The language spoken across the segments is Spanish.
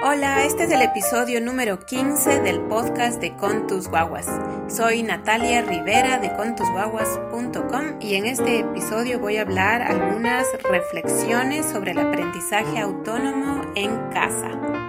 Hola, este es el episodio número 15 del podcast de Con tus guaguas. Soy Natalia Rivera de contusguaguas.com y en este episodio voy a hablar algunas reflexiones sobre el aprendizaje autónomo en casa.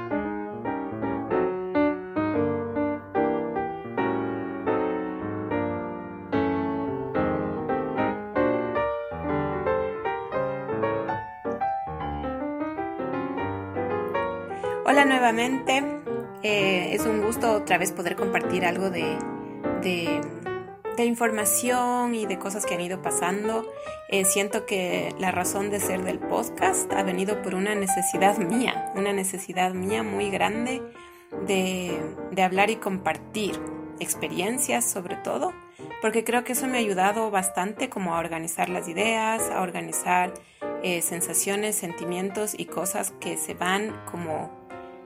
Hola nuevamente, es un gusto otra vez poder compartir algo de información y de cosas que han ido pasando. Siento que la razón de ser del podcast ha venido por una necesidad mía muy grande de hablar y compartir experiencias sobre todo, porque creo que eso me ha ayudado bastante como a organizar las ideas, a organizar sensaciones, sentimientos y cosas que se van como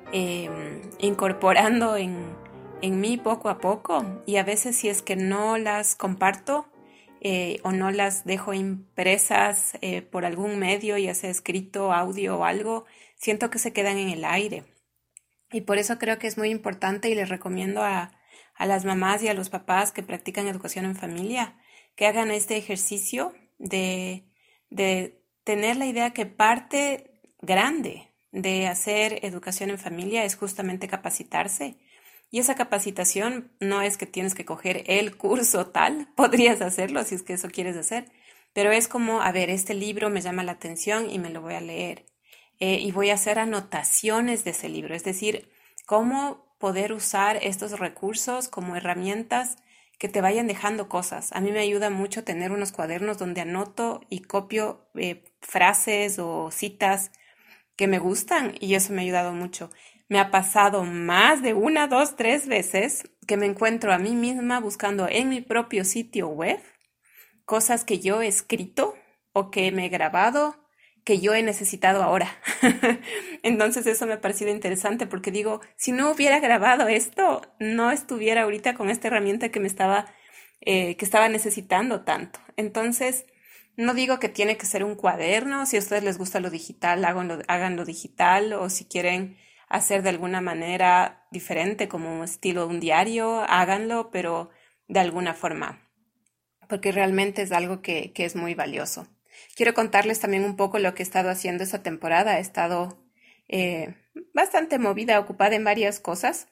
incorporando en mí poco a poco, y a veces si es que no las comparto o no las dejo impresas por algún medio, ya sea escrito, audio o algo, siento que se quedan en el aire, y por eso creo que es muy importante y les recomiendo a las mamás y a los papás que practican educación en familia que hagan este ejercicio de tener la idea que parte grande de hacer educación en familia es justamente capacitarse. Y esa capacitación no es que tienes que coger el curso tal, podrías hacerlo si es que eso quieres hacer, pero es como, a ver, este libro me llama la atención y me lo voy a leer. Y voy a hacer anotaciones de ese libro, es decir, cómo poder usar estos recursos como herramientas que te vayan dejando cosas. A mí me ayuda mucho tener unos cuadernos donde anoto y copio frases o citas que me gustan, y eso me ha ayudado mucho. Me ha pasado más de 1, 2, 3 veces que me encuentro a mí misma buscando en mi propio sitio web cosas que yo he escrito o que me he grabado que yo he necesitado ahora. Entonces eso me ha parecido interesante porque digo, si no hubiera grabado esto, no estuviera ahorita con esta herramienta que estaba necesitando tanto. Entonces, no digo que tiene que ser un cuaderno. Si a ustedes les gusta lo digital, háganlo digital, o si quieren hacer de alguna manera diferente, como un estilo de un diario, háganlo, pero de alguna forma, porque realmente es algo que es muy valioso. Quiero contarles también un poco lo que he estado haciendo esta temporada. He estado bastante movida, ocupada en varias cosas.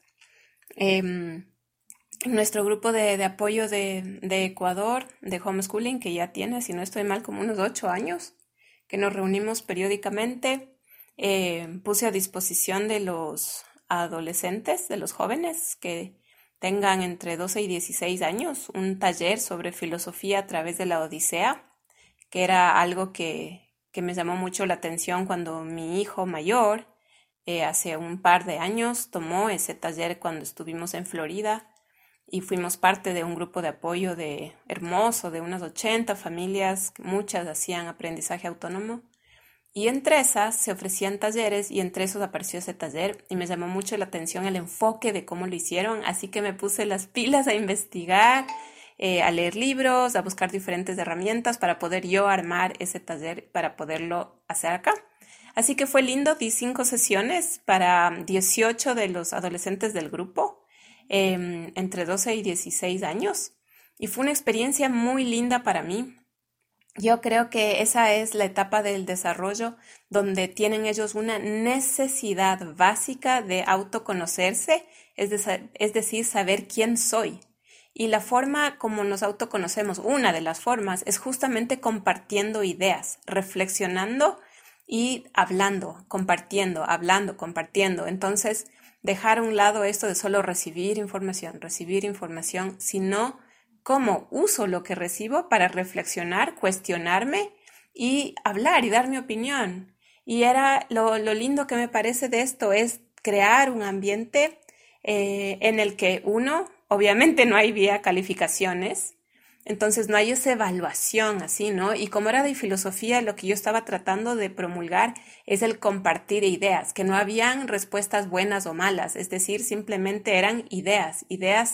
Nuestro grupo de apoyo de Ecuador, de homeschooling, que ya tiene, si no estoy mal, como unos 8 años, que nos reunimos periódicamente, puse a disposición de los adolescentes, de los jóvenes que tengan entre 12 y 16 años, un taller sobre filosofía a través de la Odisea, que era algo que me llamó mucho la atención cuando mi hijo mayor, hace un par de años, tomó ese taller cuando estuvimos en Florida. Y fuimos parte de un grupo de apoyo hermoso, de unas 80 familias, muchas hacían aprendizaje autónomo. Y entre esas se ofrecían talleres, y entre esos apareció ese taller y me llamó mucho la atención el enfoque de cómo lo hicieron. Así que me puse las pilas a investigar, a leer libros, a buscar diferentes herramientas para poder yo armar ese taller, para poderlo hacer acá. Así que fue lindo, di 5 sesiones para 18 de los adolescentes del grupo, entre 12 y 16 años, y fue una experiencia muy linda para mí. Yo creo que esa es la etapa del desarrollo donde tienen ellos una necesidad básica de autoconocerse, es decir, saber quién soy. Y la forma como nos autoconocemos, una de las formas, es justamente compartiendo ideas, reflexionando y hablando, compartiendo, hablando, compartiendo. Entonces, dejar a un lado esto de solo recibir información, sino cómo uso lo que recibo para reflexionar, cuestionarme y hablar y dar mi opinión. Y era lo lindo que me parece de esto, es crear un ambiente en el que obviamente no hay vía calificaciones, entonces no hay esa evaluación así, ¿no? Y como era de filosofía, lo que yo estaba tratando de promulgar es el compartir ideas, que no habían respuestas buenas o malas, es decir, simplemente eran ideas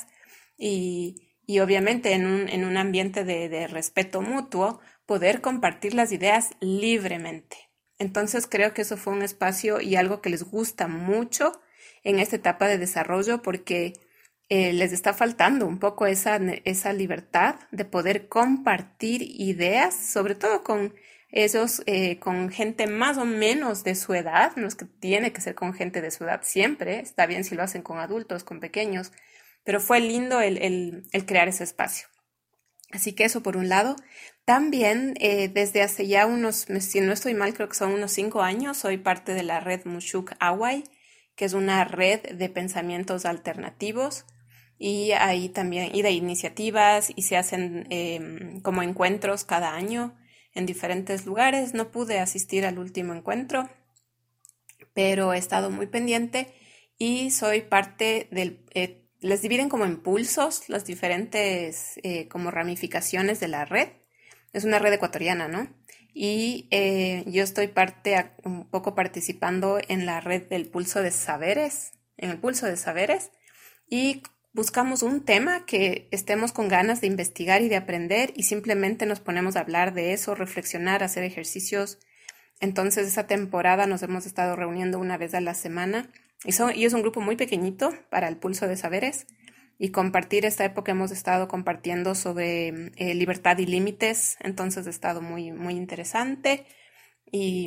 y obviamente en un ambiente de respeto mutuo, poder compartir las ideas libremente. Entonces creo que eso fue un espacio y algo que les gusta mucho en esta etapa de desarrollo porque les está faltando un poco esa libertad de poder compartir ideas, sobre todo con esos, con gente más o menos de su edad. No es que tiene que ser con gente de su edad siempre, está bien si lo hacen con adultos, con pequeños, pero fue lindo el crear ese espacio. Así que eso por un lado. También desde hace ya unos, si no estoy mal, creo que son unos 5 años, soy parte de la red Mushuk Awai, que es una red de pensamientos alternativos y ahí también, y de iniciativas y se hacen como encuentros cada año en diferentes lugares. No pude asistir al último encuentro, pero he estado muy pendiente y soy parte les dividen como impulsos las diferentes como ramificaciones de la red. Es una red ecuatoriana, ¿no? Y yo estoy un poco participando en la red del Pulso de Saberes, en el Pulso de Saberes, y buscamos un tema que estemos con ganas de investigar y de aprender y simplemente nos ponemos a hablar de eso, reflexionar, hacer ejercicios. Entonces, esa temporada nos hemos estado reuniendo una vez a la semana y es un grupo muy pequeñito para el Pulso de Saberes y compartir esta época hemos estado compartiendo sobre libertad y límites, entonces ha estado muy, muy interesante y,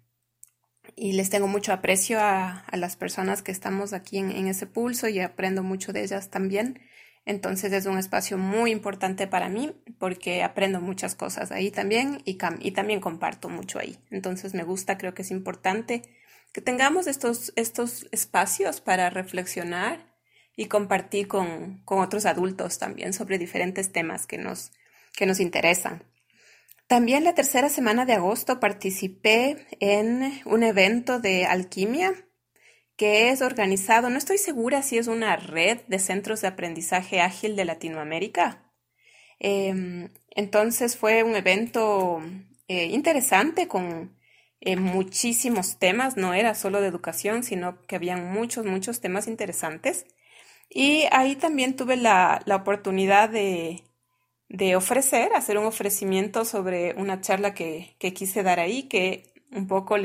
y les tengo mucho aprecio a las personas que estamos aquí en ese pulso y aprendo mucho de ellas también. Entonces es un espacio muy importante para mí porque aprendo muchas cosas ahí también y también comparto mucho ahí. Entonces me gusta, creo que es importante que tengamos estos espacios para reflexionar y compartir con otros adultos también sobre diferentes temas que nos interesan. También la tercera semana de agosto participé en un evento de alquimia que es organizado, no estoy segura si es una red de centros de aprendizaje ágil de Latinoamérica. Entonces fue un evento interesante con muchísimos temas, no era solo de educación, sino que habían muchos, muchos temas interesantes. Y ahí también tuve la oportunidad de hacer un ofrecimiento sobre una charla que quise dar ahí, que un poco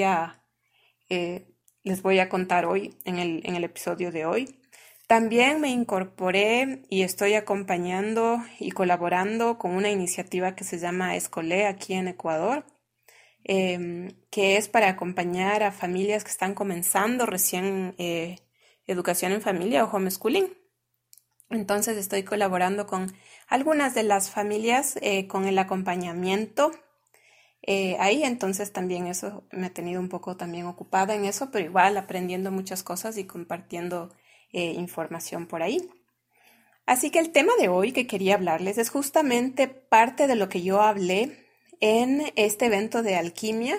eh, les voy a contar hoy en el episodio de hoy. También me incorporé y estoy acompañando y colaborando con una iniciativa que se llama Escolé aquí en Ecuador, que es para acompañar a familias que están comenzando recién educación en familia o homeschooling. Entonces estoy colaborando con algunas de las familias con el acompañamiento ahí, entonces también eso me ha tenido un poco también ocupada en eso, pero igual aprendiendo muchas cosas y compartiendo información por ahí. Así que el tema de hoy que quería hablarles es justamente parte de lo que yo hablé en este evento de alquimia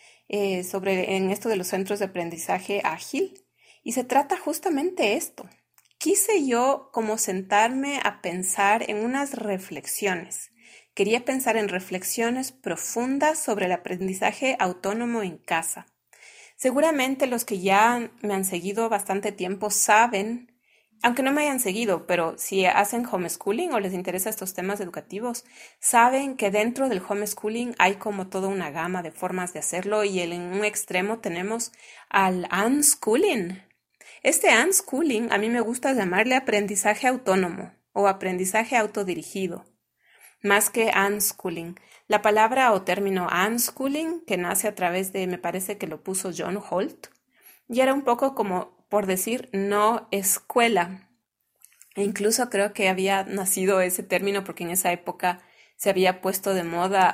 en esto de los centros de aprendizaje ágil y se trata justamente esto. Quise yo como sentarme a pensar en unas reflexiones. Quería pensar en reflexiones profundas sobre el aprendizaje autónomo en casa. Seguramente los que ya me han seguido bastante tiempo saben, aunque no me hayan seguido, pero si hacen homeschooling o les interesan estos temas educativos, saben que dentro del homeschooling hay como toda una gama de formas de hacerlo y en un extremo tenemos al unschooling. Este unschooling a mí me gusta llamarle aprendizaje autónomo o aprendizaje autodirigido, más que unschooling. La palabra o término unschooling, que nace a través de, me parece que lo puso John Holt, y era un poco como por decir no escuela. E incluso creo que había nacido ese término porque en esa época se había puesto de moda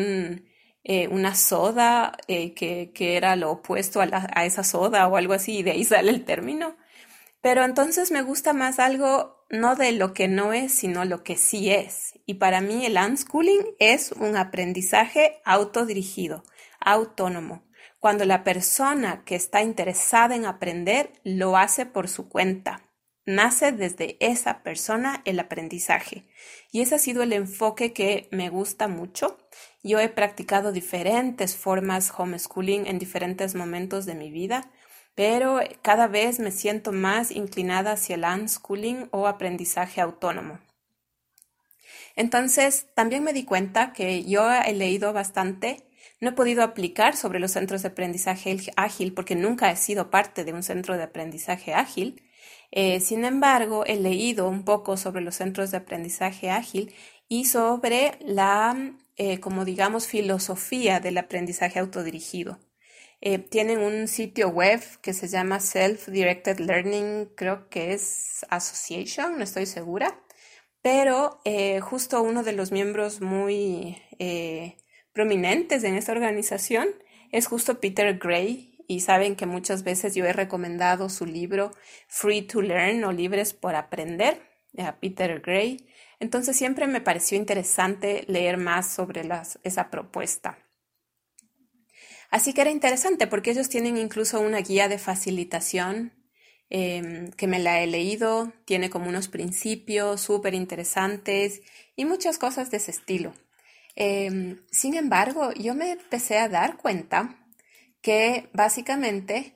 una soda que era lo opuesto a esa soda o algo así, y de ahí sale el término. Pero entonces me gusta más algo no de lo que no es, sino lo que sí es. Y para mí el unschooling es un aprendizaje autodirigido, autónomo. Cuando la persona que está interesada en aprender lo hace por su cuenta. Nace desde esa persona el aprendizaje. Y ese ha sido el enfoque que me gusta mucho. Yo he practicado diferentes formas homeschooling en diferentes momentos de mi vida, pero cada vez me siento más inclinada hacia el unschooling o aprendizaje autónomo. Entonces, también me di cuenta que yo he leído bastante No he podido aplicar sobre los centros de aprendizaje ágil porque nunca he sido parte de un centro de aprendizaje ágil. Sin embargo, he leído un poco sobre los centros de aprendizaje ágil y sobre como digamos, filosofía del aprendizaje autodirigido. Tienen un sitio web que se llama Self-Directed Learning, creo que es Association, no estoy segura, pero justo uno de los miembros muy prominentes en esta organización es justo Peter Gray, y saben que muchas veces yo he recomendado su libro Free to Learn o Libres por Aprender, a Peter Gray. Entonces siempre me pareció interesante leer más sobre esa propuesta. Así que era interesante porque ellos tienen incluso una guía de facilitación que me la he leído, tiene como unos principios súper interesantes y muchas cosas de ese estilo. Sin embargo, yo me empecé a dar cuenta que básicamente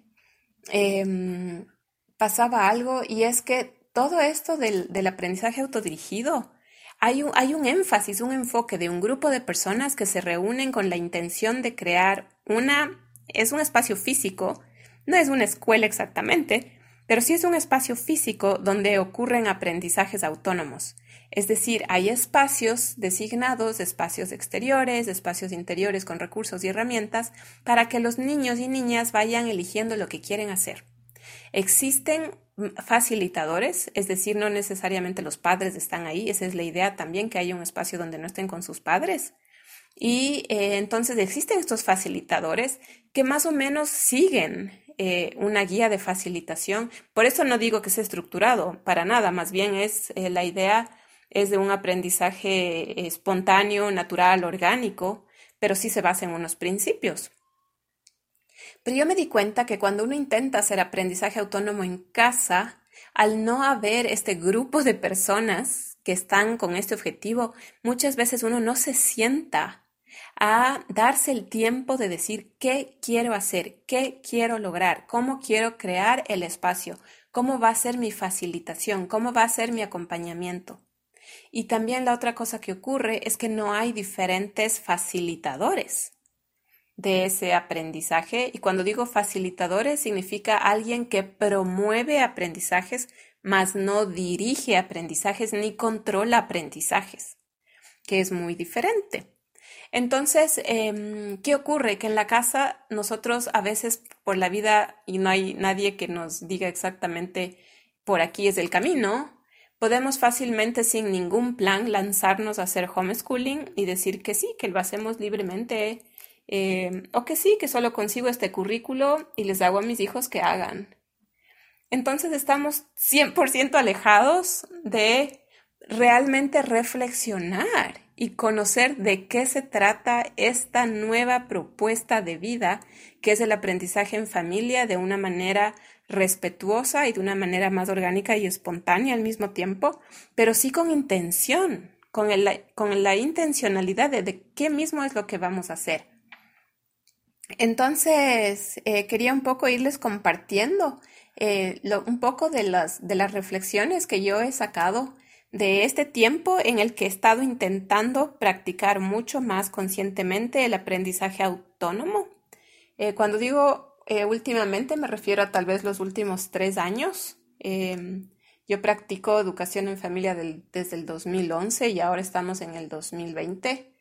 pasaba algo, y es que todo esto del aprendizaje autodirigido, hay un énfasis, un enfoque de un grupo de personas que se reúnen con la intención de crear es un espacio físico, no es una escuela exactamente, pero sí es un espacio físico donde ocurren aprendizajes autónomos. Es decir, hay espacios designados, espacios exteriores, espacios interiores con recursos y herramientas para que los niños y niñas vayan eligiendo lo que quieren hacer. Existen facilitadores, es decir, no necesariamente los padres están ahí, esa es la idea también, que haya un espacio donde no estén con sus padres. Y entonces existen estos facilitadores que más o menos siguen una guía de facilitación. Por eso no digo que sea estructurado, para nada, más bien la idea es de un aprendizaje espontáneo, natural, orgánico, pero sí se basa en unos principios. Pero yo me di cuenta que cuando uno intenta hacer aprendizaje autónomo en casa, al no haber este grupo de personas que están con este objetivo, muchas veces uno no se sienta a darse el tiempo de decir qué quiero hacer, qué quiero lograr, cómo quiero crear el espacio, cómo va a ser mi facilitación, cómo va a ser mi acompañamiento. Y también la otra cosa que ocurre es que no hay diferentes facilitadores de ese aprendizaje. Y cuando digo facilitadores, significa alguien que promueve aprendizajes, mas no dirige aprendizajes ni controla aprendizajes, que es muy diferente. Entonces, ¿qué ocurre? Que en la casa nosotros a veces por la vida, y no hay nadie que nos diga exactamente por aquí es el camino, podemos fácilmente sin ningún plan lanzarnos a hacer homeschooling y decir que sí, que lo hacemos libremente, o que sí, que solo consigo este currículo y les hago a mis hijos que hagan. Entonces estamos 100% alejados de realmente reflexionar y conocer de qué se trata esta nueva propuesta de vida, que es el aprendizaje en familia de una manera respetuosa y de una manera más orgánica y espontánea al mismo tiempo, pero sí con intención, con la intencionalidad de qué mismo es lo que vamos a hacer. Entonces, quería un poco irles compartiendo un poco de las reflexiones que yo he sacado de este tiempo en el que he estado intentando practicar mucho más conscientemente el aprendizaje autónomo. Cuando digo últimamente, me refiero a tal vez los últimos 3 años. Yo practico educación en familia desde el 2011 y ahora estamos en el 2020.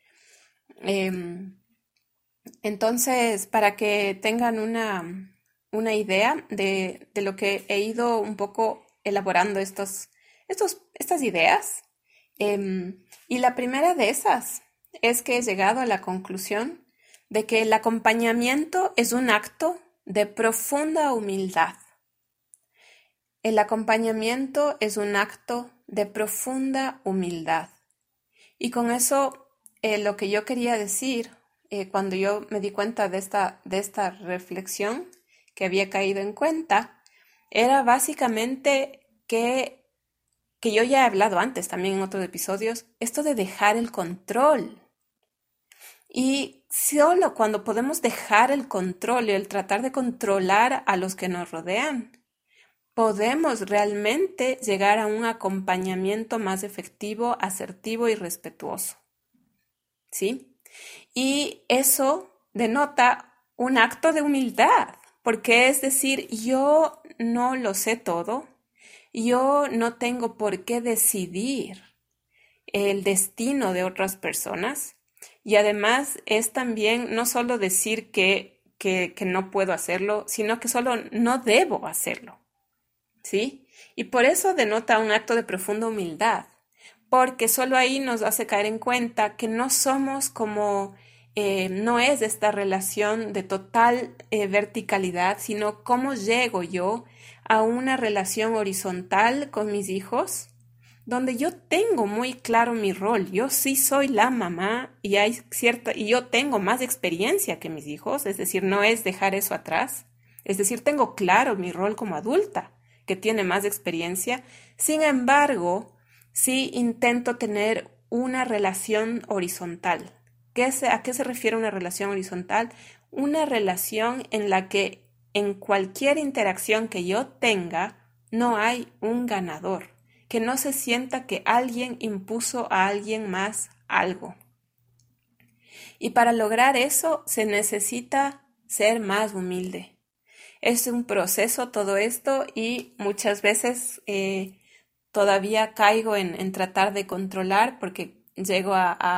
Entonces, para que tengan una idea de lo que he ido un poco elaborando estas ideas. Y la primera de esas es que he llegado a la conclusión de que el acompañamiento es un acto de profunda humildad. El acompañamiento es un acto de profunda humildad. Y con eso, lo que yo quería decir, cuando yo me di cuenta de esta reflexión que había caído en cuenta, era básicamente que yo ya he hablado antes también en otros episodios, esto de dejar el control. Y solo cuando podemos dejar el control y el tratar de controlar a los que nos rodean, podemos realmente llegar a un acompañamiento más efectivo, asertivo y respetuoso. ¿Sí? Y eso denota un acto de humildad, porque es decir, yo no lo sé todo, yo no tengo por qué decidir el destino de otras personas y además es también no solo decir que no puedo hacerlo, sino que solo no debo hacerlo, ¿sí? Y por eso denota un acto de profunda humildad, porque solo ahí nos hace caer en cuenta que no somos como, no es esta relación de total verticalidad, sino cómo llego yo a una relación horizontal con mis hijos, donde yo tengo muy claro mi rol. Yo sí soy la mamá y y yo tengo más experiencia que mis hijos, es decir, no es dejar eso atrás. Es decir, tengo claro mi rol como adulta, que tiene más experiencia. Sin embargo, sí intento tener una relación horizontal. ¿A qué se refiere una relación horizontal? Una relación en la que en cualquier interacción que yo tenga no hay un ganador, que no se sienta que alguien impuso a alguien más algo. Y para lograr eso se necesita ser más humilde. Es un proceso todo esto y muchas veces todavía caigo en tratar de controlar porque llego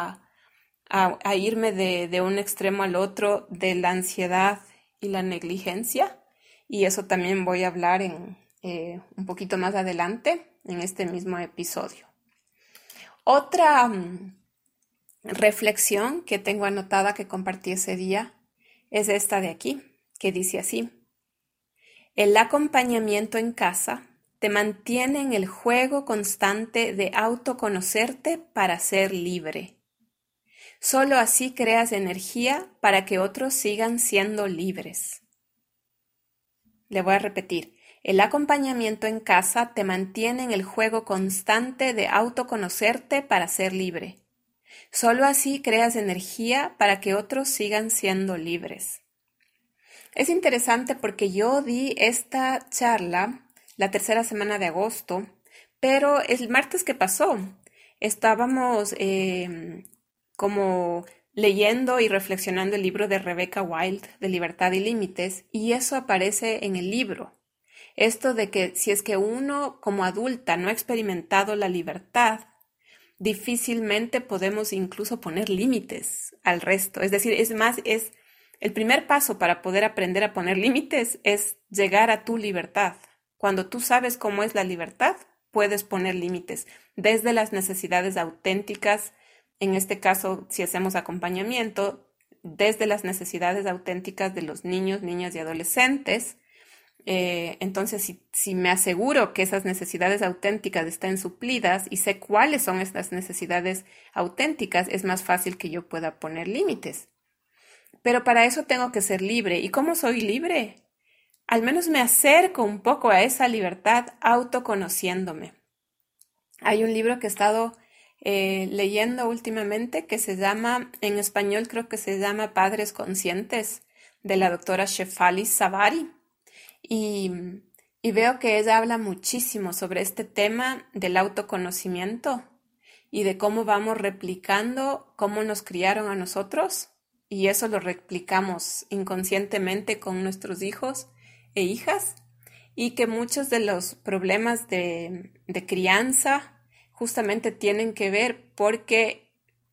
a irme de un extremo al otro de la ansiedad y la negligencia. Y eso también voy a hablar un poquito más adelante en este mismo episodio. Otra reflexión que tengo anotada que compartí ese día es esta de aquí, que dice así: el acompañamiento en casa te mantiene en el juego constante de autoconocerte para ser libre. Solo así creas energía para que otros sigan siendo libres. Le voy a repetir. El acompañamiento en casa te mantiene en el juego constante de autoconocerte para ser libre. Solo así creas energía para que otros sigan siendo libres. Es interesante porque yo di esta charla la tercera semana de agosto, pero el martes que pasó estábamos como leyendo y reflexionando el libro de Rebecca Wild, de Libertad y Límites, y eso aparece en el libro. Esto de que si es que uno como adulta no ha experimentado la libertad, difícilmente podemos incluso poner límites al resto. Es decir, es el primer paso para poder aprender a poner límites es llegar a tu libertad. Cuando tú sabes cómo es la libertad, puedes poner límites desde las necesidades auténticas. En este caso, si hacemos acompañamiento, desde las necesidades auténticas de los niños, niñas y adolescentes. Entonces, si me aseguro que esas necesidades auténticas estén suplidas y sé cuáles son estas necesidades auténticas, es más fácil que yo pueda poner límites. Pero para eso tengo que ser libre. ¿Y cómo soy libre? Al menos me acerco un poco a esa libertad autoconociéndome. Hay un libro que he estado leyendo últimamente que se llama, en español creo que se llama Padres Conscientes, de la doctora Shefali Tsabary. Y veo que ella habla muchísimo sobre este tema del autoconocimiento y de cómo vamos replicando cómo nos criaron a nosotros y eso lo replicamos inconscientemente con nuestros hijos e hijas y que muchos de los problemas de crianza justamente tienen que ver porque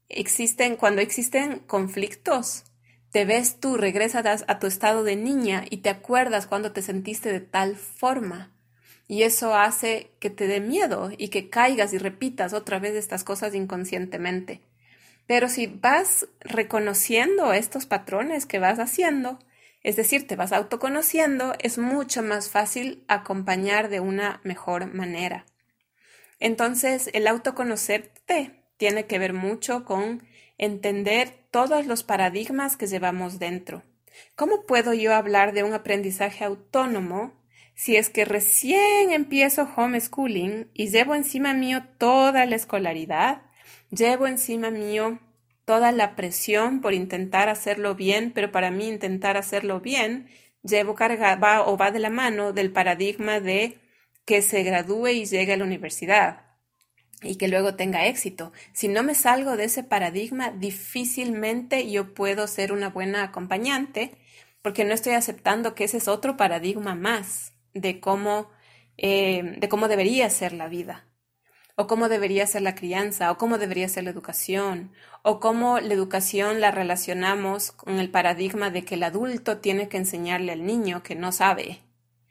cuando existen conflictos, te ves tú, regresas a tu estado de niña y te acuerdas cuando te sentiste de tal forma. Y eso hace que te dé miedo y que caigas y repitas otra vez estas cosas inconscientemente. Pero si vas reconociendo estos patrones que vas haciendo, es decir, te vas autoconociendo, es mucho más fácil acompañar de una mejor manera. Entonces, el autoconocerte tiene que ver mucho con entender todos los paradigmas que llevamos dentro. ¿Cómo puedo yo hablar de un aprendizaje autónomo si es que recién empiezo homeschooling y llevo encima mío toda la escolaridad, llevo encima mío toda la presión por intentar hacerlo bien, pero para mí intentar hacerlo bien va de la mano del paradigma de que se gradúe y llegue a la universidad? y que luego tenga éxito. Si no me salgo de ese paradigma, difícilmente yo puedo ser una buena acompañante porque no estoy aceptando que ese es otro paradigma más de cómo debería ser la vida, o cómo debería ser la crianza, o cómo debería ser la educación, o cómo la educación la relacionamos con el paradigma de que el adulto tiene que enseñarle al niño que no sabe,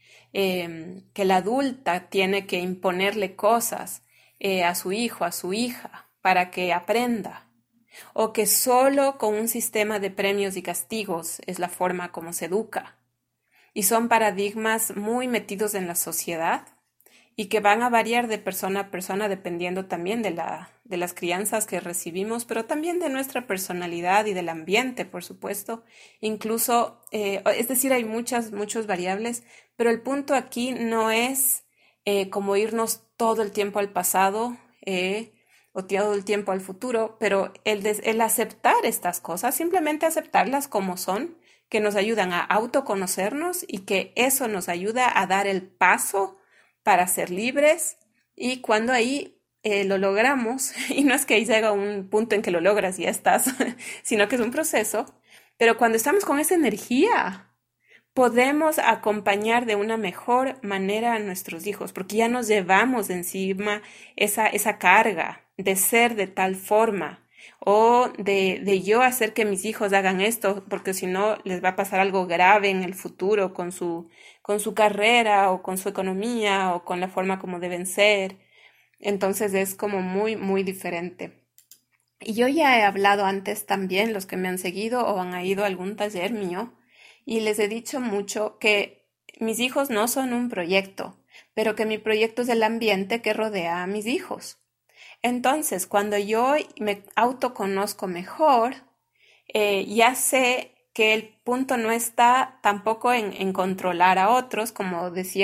que la adulta tiene que imponerle cosas a su hijo, a su hija, para que aprenda, o que solo con un sistema de premios y castigos es la forma como se educa. Y son paradigmas muy metidos en la sociedad y que van a variar de persona a persona dependiendo también de las crianzas que recibimos, pero también de nuestra personalidad y del ambiente, por supuesto. Incluso, es decir, hay muchas variables, pero el punto aquí no es como irnos todo el tiempo al pasado o todo el tiempo al futuro, pero el aceptar estas cosas, simplemente aceptarlas como son, que nos ayudan a autoconocernos y que eso nos ayuda a dar el paso para ser libres, y cuando ahí lo logramos, y no es que ahí llega un punto en que lo logras y ya estás, sino que es un proceso, pero cuando estamos con esa energía, podemos acompañar de una mejor manera a nuestros hijos, porque ya nos llevamos de encima esa carga de ser de tal forma, o de yo hacer que mis hijos hagan esto, porque si no les va a pasar algo grave en el futuro con su carrera o con su economía o con la forma como deben ser. Entonces es como muy diferente. Y yo ya he hablado antes también, los que me han seguido o han ido a algún taller mío, y les he dicho mucho que mis hijos no son un proyecto, pero que mi proyecto es el ambiente que rodea a mis hijos. Entonces, cuando yo me autoconozco mejor, ya sé que el punto no está tampoco en controlar a otros, como decía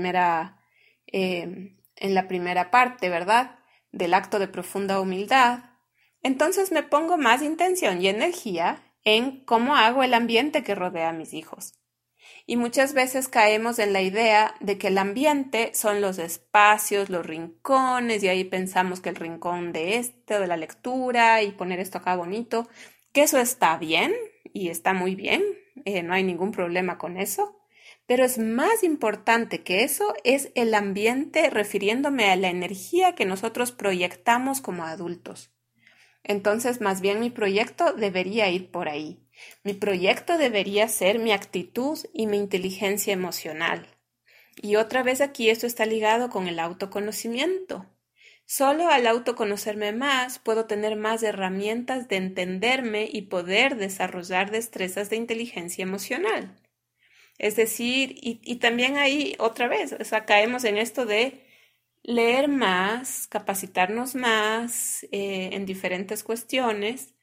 en la primera parte, ¿verdad? Del acto de profunda humildad. Entonces me pongo más intención y energía en cómo hago el ambiente que rodea a mis hijos. Y muchas veces caemos en la idea de que el ambiente son los espacios, los rincones, y ahí pensamos que el rincón de este, de la lectura, y poner esto acá bonito, que eso está bien, y está muy bien, no hay ningún problema con eso, pero es más importante que eso es el ambiente, refiriéndome a la energía que nosotros proyectamos como adultos. Entonces, más bien mi proyecto debería ir por ahí. Mi proyecto debería ser mi actitud y mi inteligencia emocional. Y otra vez aquí esto está ligado con el autoconocimiento. Solo al autoconocerme más puedo tener más herramientas de entenderme y poder desarrollar destrezas de inteligencia emocional. Es decir, y también ahí otra vez, o sea, caemos en esto de leer más, capacitarnos más en diferentes cuestiones.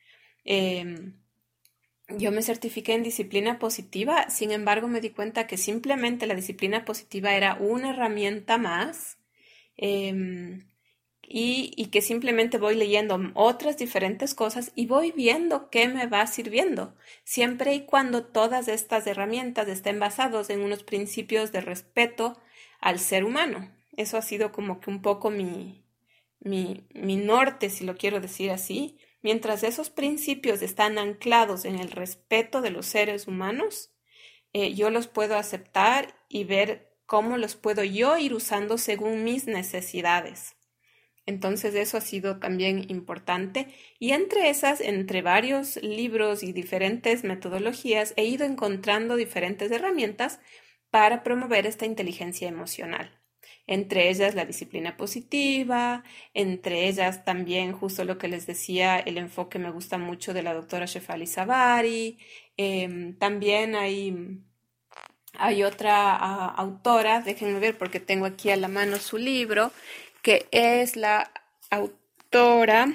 Yo me certifiqué en disciplina positiva, sin embargo me di cuenta que simplemente la disciplina positiva era una herramienta más, eh, y que simplemente voy leyendo otras diferentes cosas y voy viendo qué me va sirviendo, siempre y cuando todas estas herramientas estén basadas en unos principios de respeto al ser humano. Eso ha sido como que un poco mi norte, si lo quiero decir así. Mientras esos principios están anclados en el respeto de los seres humanos, yo los puedo aceptar y ver cómo los puedo yo ir usando según mis necesidades. Entonces eso ha sido también importante, y entre varios libros y diferentes metodologías, he ido encontrando diferentes herramientas para promover esta inteligencia emocional. Entre ellas la disciplina positiva, entre ellas también justo lo que les decía, el enfoque me gusta mucho de la doctora Shefali Zavari. También hay otra autora, déjenme ver porque tengo aquí a la mano su libro, que es la autora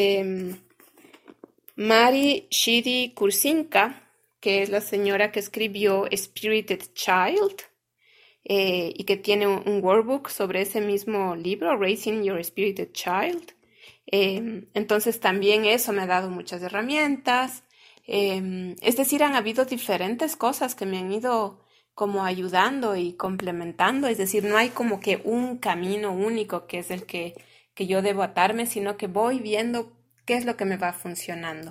Mari Shidi Kursinka, que es la señora que escribió Spirited Child, y que tiene un workbook sobre ese mismo libro, Raising Your Spirited Child. Entonces también eso me ha dado muchas herramientas. Es decir, han habido diferentes cosas que me han ido como ayudando y complementando. Es decir, no hay como que un camino único que es el que que yo debo atarme, sino que voy viendo qué es lo que me va funcionando.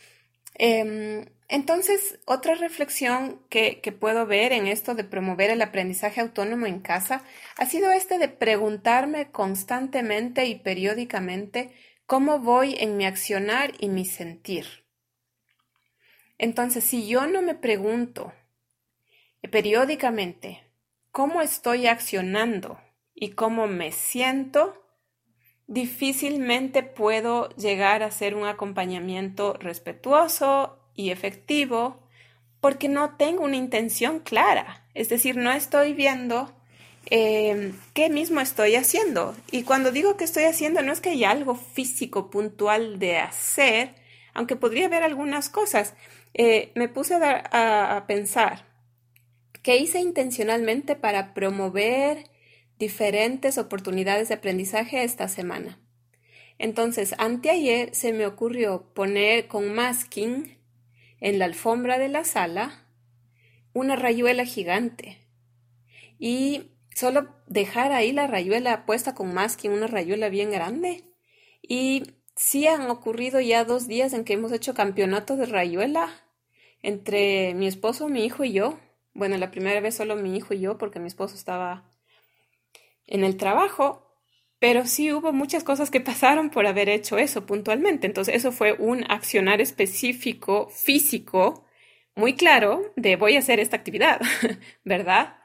Entonces, otra reflexión que puedo ver en esto de promover el aprendizaje autónomo en casa ha sido este de preguntarme constantemente y periódicamente cómo voy en mi accionar y mi sentir. Entonces, si yo no me pregunto periódicamente cómo estoy accionando y cómo me siento, difícilmente puedo llegar a hacer un acompañamiento respetuoso y efectivo porque no tengo una intención clara. Es decir, no estoy viendo qué mismo estoy haciendo. Y cuando digo que estoy haciendo, no es que haya algo físico puntual de hacer, aunque podría haber algunas cosas. Me puse a pensar qué hice intencionalmente para promover diferentes oportunidades de aprendizaje esta semana. Entonces, anteayer se me ocurrió poner con masking en la alfombra de la sala una rayuela gigante y solo dejar ahí la rayuela puesta con masking, una rayuela bien grande. Y sí han ocurrido ya 2 días en que hemos hecho campeonato de rayuela entre mi esposo, mi hijo y yo. Bueno, la primera vez solo mi hijo y yo porque mi esposo estaba en el trabajo, pero sí hubo muchas cosas que pasaron por haber hecho eso puntualmente. Entonces, eso fue un accionar específico, físico, muy claro de voy a hacer esta actividad, ¿verdad?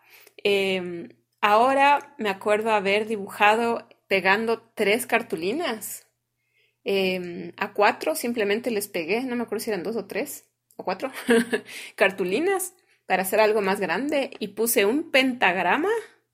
Ahora me acuerdo haber dibujado pegando 3 cartulinas. A 4 simplemente les pegué, no me acuerdo si eran 2 o 3 o 4 cartulinas para hacer algo más grande y puse un pentagrama.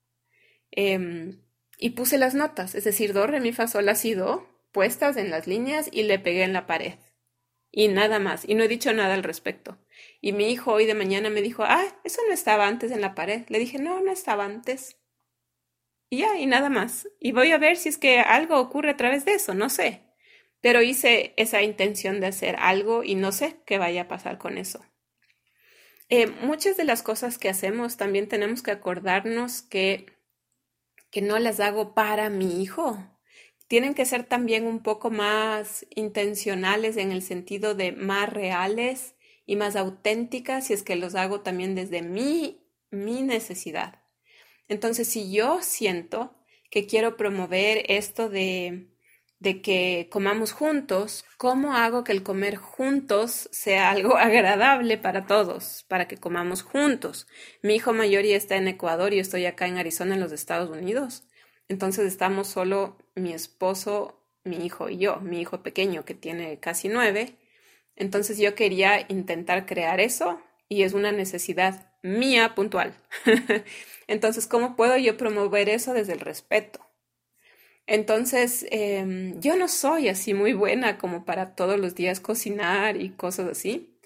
Y puse las notas, es decir, do, re, mi, fa, sol, la, si, do, puestas en las líneas y le pegué en la pared. Y nada más, y no he dicho nada al respecto. Y mi hijo hoy de mañana me dijo, eso no estaba antes en la pared. Le dije, no, no estaba antes. Y ya, y nada más. Y voy a ver si es que algo ocurre a través de eso, no sé. Pero hice esa intención de hacer algo y no sé qué vaya a pasar con eso. Muchas de las cosas que hacemos también tenemos que acordarnos que no las hago para mi hijo. Tienen que ser también un poco más intencionales en el sentido de más reales y más auténticas si es que los hago también desde mi necesidad. Entonces, si yo siento que quiero promover esto de que comamos juntos, ¿cómo hago que el comer juntos sea algo agradable para todos, para que comamos juntos? Mi hijo mayor ya está en Ecuador y yo estoy acá en Arizona, en los Estados Unidos. Entonces estamos solo mi esposo, mi hijo y yo, mi hijo pequeño que tiene casi 9. Entonces yo quería intentar crear eso y es una necesidad mía puntual. Entonces, ¿cómo puedo yo promover eso desde el respeto? Entonces, yo no soy así muy buena como para todos los días cocinar y cosas así.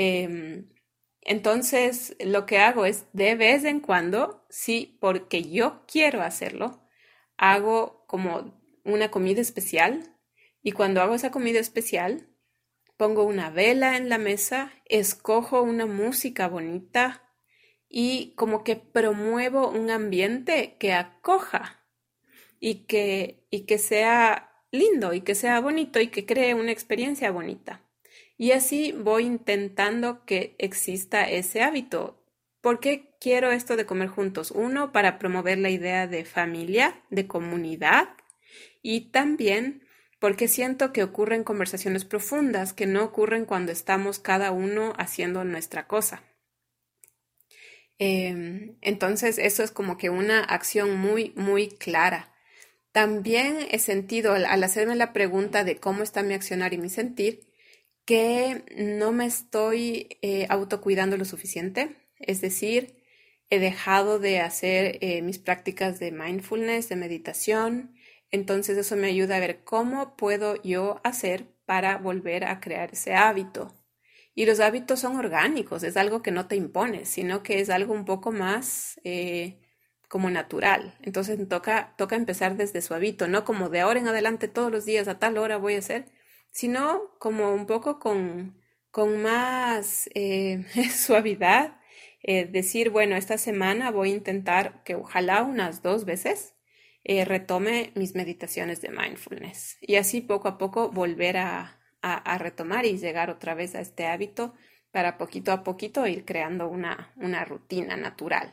Entonces, lo que hago es de vez en cuando, sí, porque yo quiero hacerlo, hago como una comida especial y cuando hago esa comida especial, pongo una vela en la mesa, escojo una música bonita y como que promuevo un ambiente que acoja y que sea lindo y que sea bonito y que cree una experiencia bonita. Y así voy intentando que exista ese hábito. ¿Por qué quiero esto de comer juntos? Uno, para promover la idea de familia, de comunidad y también porque siento que ocurren conversaciones profundas que no ocurren cuando estamos cada uno haciendo nuestra cosa. Entonces, eso es como que una acción muy, muy clara. También he sentido, al hacerme la pregunta de cómo está mi accionar y mi sentir, que no me estoy autocuidando lo suficiente. Es decir, he dejado de hacer mis prácticas de mindfulness, de meditación. Entonces eso me ayuda a ver cómo puedo yo hacer para volver a crear ese hábito. Y los hábitos son orgánicos, es algo que no te impones, sino que es algo un poco más como natural. Entonces toca empezar desde su hábito, no como de ahora en adelante todos los días a tal hora voy a hacer, sino como un poco con más suavidad. Decir, bueno, esta semana voy a intentar que ojalá unas 2 veces retome mis meditaciones de mindfulness. Y así poco a poco volver a retomar y llegar otra vez a este hábito para poquito a poquito ir creando una rutina natural.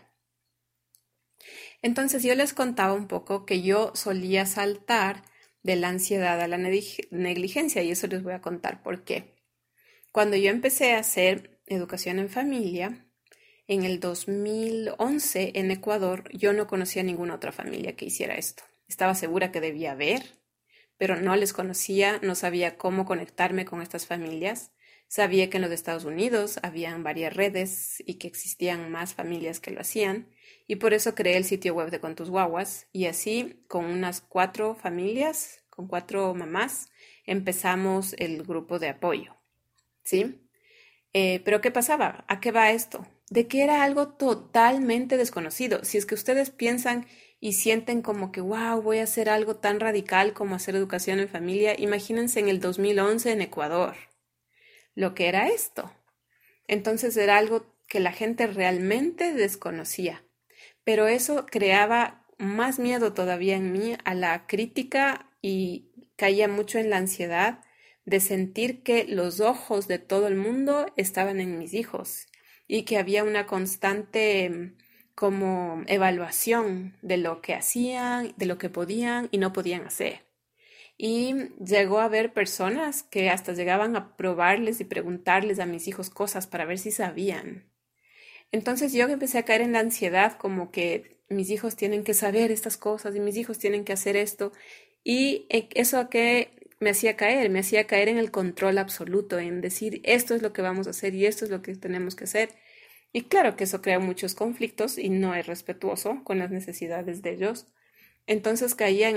Entonces yo les contaba un poco que yo solía saltar de la ansiedad a la negligencia y eso les voy a contar por qué. Cuando yo empecé a hacer educación en familia, en el 2011 en Ecuador, yo no conocía ninguna otra familia que hiciera esto. Estaba segura que debía haber, pero no les conocía, no sabía cómo conectarme con estas familias. Sabía que en los Estados Unidos habían varias redes y que existían más familias que lo hacían, y por eso creé el sitio web de Con tus Guaguas, y así con unas 4 familias, con 4 mamás, empezamos el grupo de apoyo, ¿sí? Pero ¿qué pasaba? ¿A qué va esto? De que era algo totalmente desconocido. Si es que ustedes piensan y sienten como que, wow, voy a hacer algo tan radical como hacer educación en familia, imagínense en el 2011 en Ecuador lo que era esto. Entonces era algo que la gente realmente desconocía. Pero eso creaba más miedo todavía en mí a la crítica y caía mucho en la ansiedad de sentir que los ojos de todo el mundo estaban en mis hijos y que había una constante como evaluación de lo que hacían, de lo que podían y no podían hacer. Y llegó a haber personas que hasta llegaban a probarles y preguntarles a mis hijos cosas para ver si sabían. Entonces yo empecé a caer en la ansiedad como que mis hijos tienen que saber estas cosas y mis hijos tienen que hacer esto. Y eso a qué me hacía caer en el control absoluto, en decir esto es lo que vamos a hacer y esto es lo que tenemos que hacer. Y claro que eso crea muchos conflictos y no es respetuoso con las necesidades de ellos. Entonces caía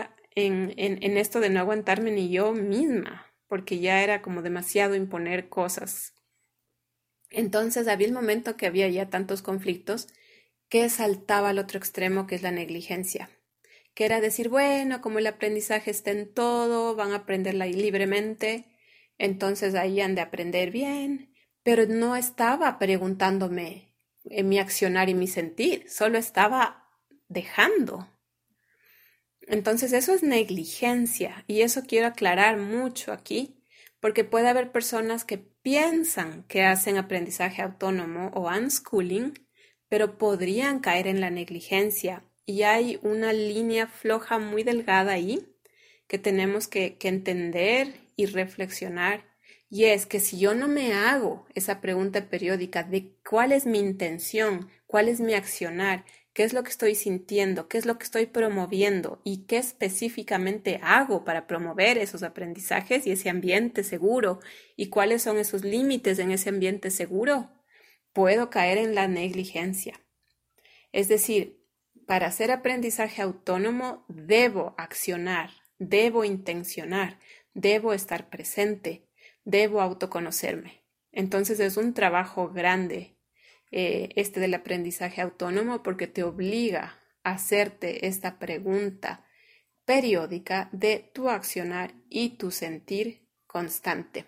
en esto de no aguantarme ni yo misma, porque ya era como demasiado imponer cosas. Entonces había el momento que había ya tantos conflictos que saltaba al otro extremo, que es la negligencia, que era decir, bueno, como el aprendizaje está en todo, van a aprenderla libremente, entonces ahí han de aprender bien, pero no estaba preguntándome en mi accionar y mi sentir, solo estaba dejando. Entonces eso es negligencia y eso quiero aclarar mucho aquí, porque puede haber personas que piensan que hacen aprendizaje autónomo o unschooling, pero podrían caer en la negligencia y hay una línea floja muy delgada ahí que tenemos que entender y reflexionar. Y es que si yo no me hago esa pregunta periódica de cuál es mi intención, cuál es mi accionar, qué es lo que estoy sintiendo, qué es lo que estoy promoviendo y qué específicamente hago para promover esos aprendizajes y ese ambiente seguro y cuáles son esos límites en ese ambiente seguro, puedo caer en la negligencia. Es decir, para hacer aprendizaje autónomo debo accionar, debo intencionar, debo estar presente, debo autoconocerme. Entonces es un trabajo grande este del aprendizaje autónomo porque te obliga a hacerte esta pregunta periódica de tu accionar y tu sentir constante.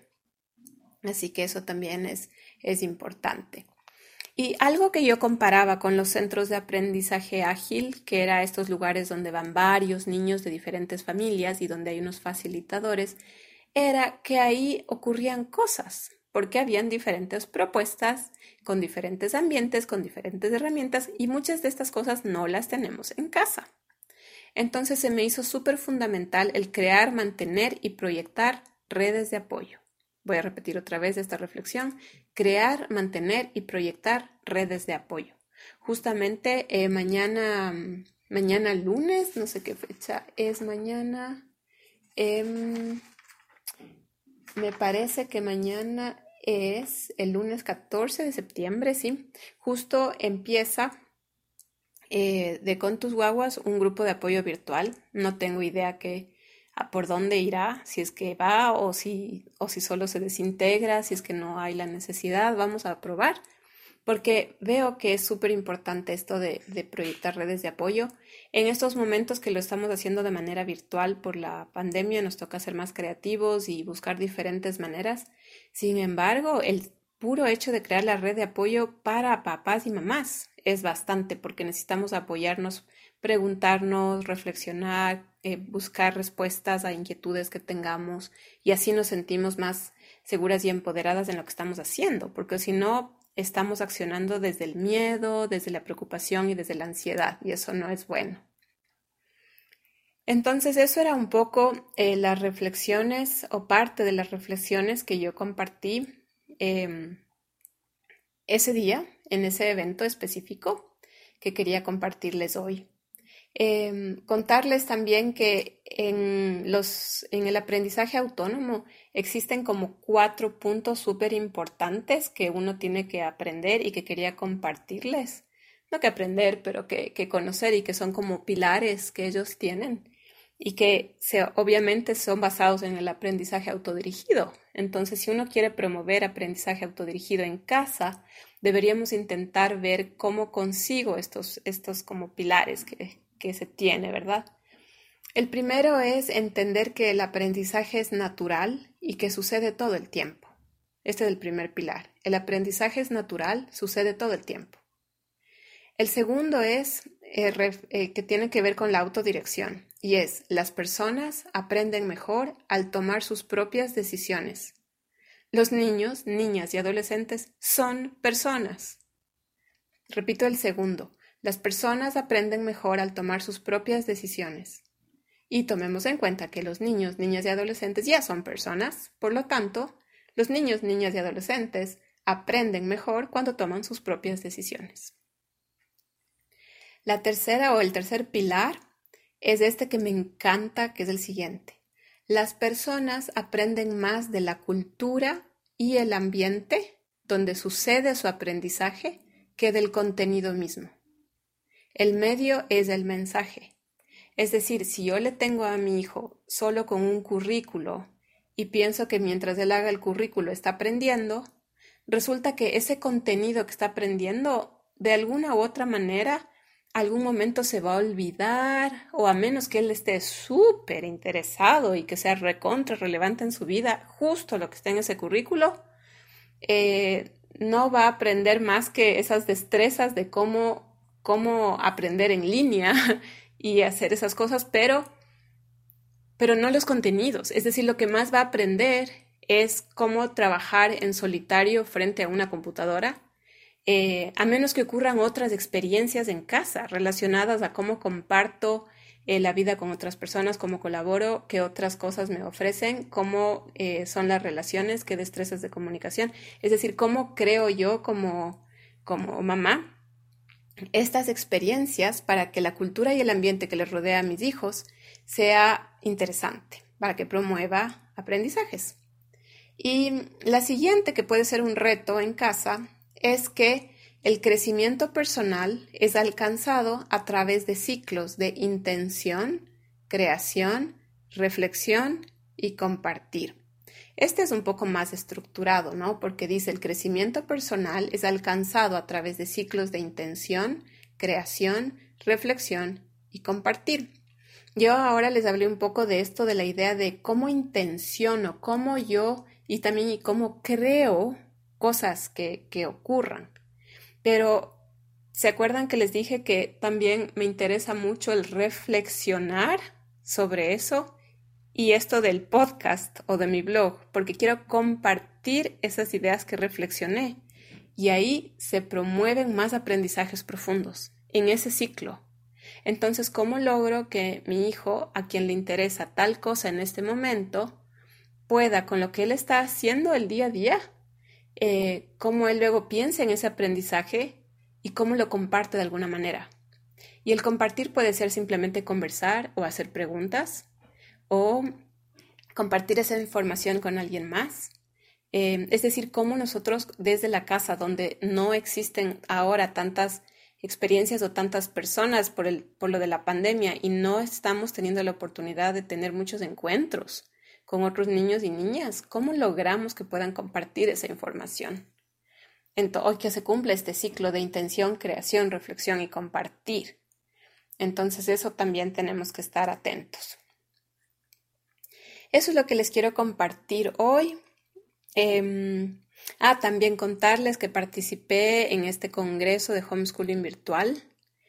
Así que eso también es importante. Y algo que yo comparaba con los centros de aprendizaje ágil, que era estos lugares donde van varios niños de diferentes familias y donde hay unos facilitadores, era que ahí ocurrían cosas, porque habían diferentes propuestas, con diferentes ambientes, con diferentes herramientas, y muchas de estas cosas no las tenemos en casa. Entonces se me hizo súper fundamental el crear, mantener y proyectar redes de apoyo. Voy a repetir otra vez esta reflexión. Crear, mantener y proyectar redes de apoyo. Justamente mañana lunes, no sé qué fecha es mañana. Me parece que mañana es el lunes 14 de septiembre, sí. Justo empieza de Con tus Guaguas un grupo de apoyo virtual. No tengo idea por dónde irá, si es que va o si solo se desintegra, si es que no hay la necesidad, vamos a probar, porque veo que es súper importante esto de proyectar redes de apoyo. En estos momentos que lo estamos haciendo de manera virtual por la pandemia, nos toca ser más creativos y buscar diferentes maneras. Sin embargo, el puro hecho de crear la red de apoyo para papás y mamás es bastante porque necesitamos apoyarnos, preguntarnos, reflexionar, buscar respuestas a inquietudes que tengamos y así nos sentimos más seguras y empoderadas en lo que estamos haciendo, porque si no, estamos accionando desde el miedo, desde la preocupación y desde la ansiedad y eso no es bueno. Entonces, eso era un poco las reflexiones o parte de las reflexiones que yo compartí em, ese día, en ese evento específico que quería compartirles hoy. Contarles también que en el aprendizaje autónomo existen como 4 puntos súper importantes que uno tiene que aprender y que quería compartirles. No que aprender, pero que conocer y que son como pilares que ellos tienen y que obviamente son basados en el aprendizaje autodirigido. Entonces, si uno quiere promover aprendizaje autodirigido en casa, deberíamos intentar ver cómo consigo estos como pilares que se tiene, ¿verdad? El primero es entender que el aprendizaje es natural y que sucede todo el tiempo. Este es el primer pilar. El aprendizaje es natural, sucede todo el tiempo. El segundo es que tiene que ver con la autodirección y es las personas aprenden mejor al tomar sus propias decisiones. Los niños, niñas y adolescentes son personas. Repito el segundo. Las personas aprenden mejor al tomar sus propias decisiones. Y tomemos en cuenta que los niños, niñas y adolescentes ya son personas. Por lo tanto, los niños, niñas y adolescentes aprenden mejor cuando toman sus propias decisiones. La tercera o el tercer pilar es este que me encanta, que es el siguiente. Las personas aprenden más de la cultura y el ambiente donde sucede su aprendizaje que del contenido mismo. El medio es el mensaje. Es decir, si yo le tengo a mi hijo solo con un currículo y pienso que mientras él haga el currículo está aprendiendo, resulta que ese contenido que está aprendiendo, de alguna u otra manera, algún momento se va a olvidar, o a menos que él esté súper interesado y que sea recontra relevante en su vida, justo lo que está en ese currículo, no va a aprender más que esas destrezas de cómo aprender en línea y hacer esas cosas, pero no los contenidos. Es decir, lo que más va a aprender es cómo trabajar en solitario frente a una computadora, a menos que ocurran otras experiencias en casa relacionadas a cómo comparto la vida con otras personas, cómo colaboro, qué otras cosas me ofrecen, cómo son las relaciones, qué destrezas de comunicación. Es decir, cómo creo yo como mamá estas experiencias para que la cultura y el ambiente que les rodea a mis hijos sea interesante, para que promueva aprendizajes. Y la siguiente, que puede ser un reto en casa, es que el crecimiento personal es alcanzado a través de ciclos de intención, creación, reflexión y compartir. Este es un poco más estructurado, ¿no? Porque dice el crecimiento personal es alcanzado a través de ciclos de intención, creación, reflexión y compartir. Yo ahora les hablé un poco de esto, de la idea de cómo intenciono, cómo yo y también cómo creo cosas que ocurran. Pero, ¿se acuerdan que les dije que también me interesa mucho el reflexionar sobre eso? Y esto del podcast o de mi blog, porque quiero compartir esas ideas que reflexioné. Y ahí se promueven más aprendizajes profundos en ese ciclo. Entonces, ¿cómo logro que mi hijo, a quien le interesa tal cosa en este momento, pueda, con lo que él está haciendo el día a día, cómo él luego piensa en ese aprendizaje y cómo lo comparte de alguna manera? Y el compartir puede ser simplemente conversar o hacer preguntas o compartir esa información con alguien más. Es decir, cómo nosotros desde la casa, donde no existen ahora tantas experiencias o tantas personas por lo de la pandemia y no estamos teniendo la oportunidad de tener muchos encuentros con otros niños y niñas, ¿cómo logramos que puedan compartir esa información? Hoy que se cumple este ciclo de intención, creación, reflexión y compartir. Entonces eso también tenemos que estar atentos. Eso es lo que les quiero compartir hoy. También contarles que participé en este congreso de homeschooling virtual.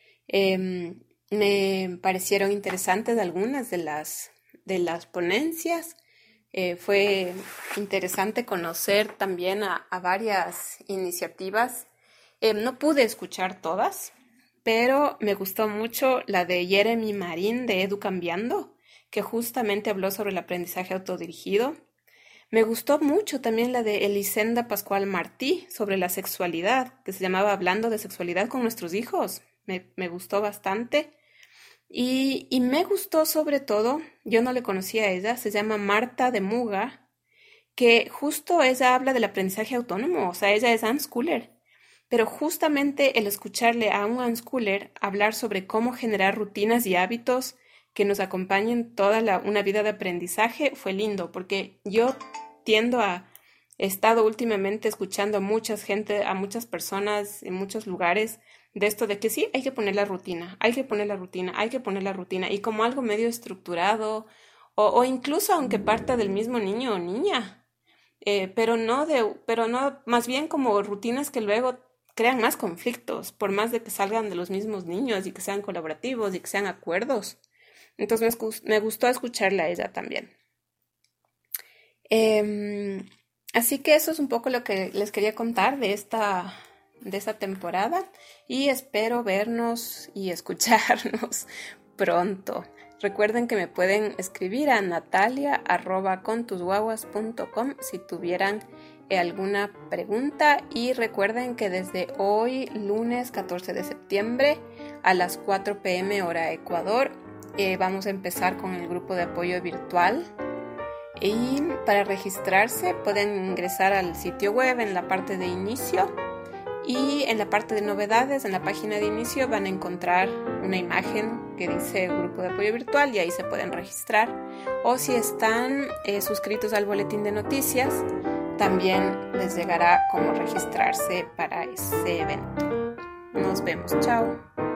Me parecieron interesantes algunas de las ponencias. Fue interesante conocer también a varias iniciativas. No pude escuchar todas, pero me gustó mucho la de Jeremy Marín de Edu Cambiando, que justamente habló sobre el aprendizaje autodirigido. Me gustó mucho también la de Elisenda Pascual Martí sobre la sexualidad, que se llamaba Hablando de sexualidad con nuestros hijos. Me gustó bastante. Y me gustó sobre todo, yo no le conocía a ella, se llama Marta de Muga, que justo ella habla del aprendizaje autónomo, o sea, ella es unschooler, pero justamente el escucharle a un unschooler hablar sobre cómo generar rutinas y hábitos que nos acompañen toda una vida de aprendizaje fue lindo, porque yo tiendo he estado últimamente escuchando a mucha gente, a muchas personas en muchos lugares de esto de que sí, hay que poner la rutina, hay que poner la rutina, hay que poner la rutina, y como algo medio estructurado, o incluso aunque parta del mismo niño o niña, pero no, más bien como rutinas que luego crean más conflictos, por más de que salgan de los mismos niños y que sean colaborativos y que sean acuerdos. Entonces me gustó escucharla a ella también. Em, Así que eso es un poco lo que les quería contar de esta temporada y espero vernos y escucharnos pronto. Recuerden que me pueden escribir a natalia@contusguaguas.com si tuvieran alguna pregunta, y recuerden que desde hoy, lunes 14 de septiembre a las 4 p.m. hora Ecuador, vamos a empezar con el grupo de apoyo virtual. Y para registrarse pueden ingresar al sitio web en la parte de inicio, y en la parte de novedades, en la página de inicio, van a encontrar una imagen que dice Grupo de Apoyo Virtual y ahí se pueden registrar. O si están suscritos al boletín de noticias, también les llegará cómo registrarse para ese evento. Nos vemos, chao.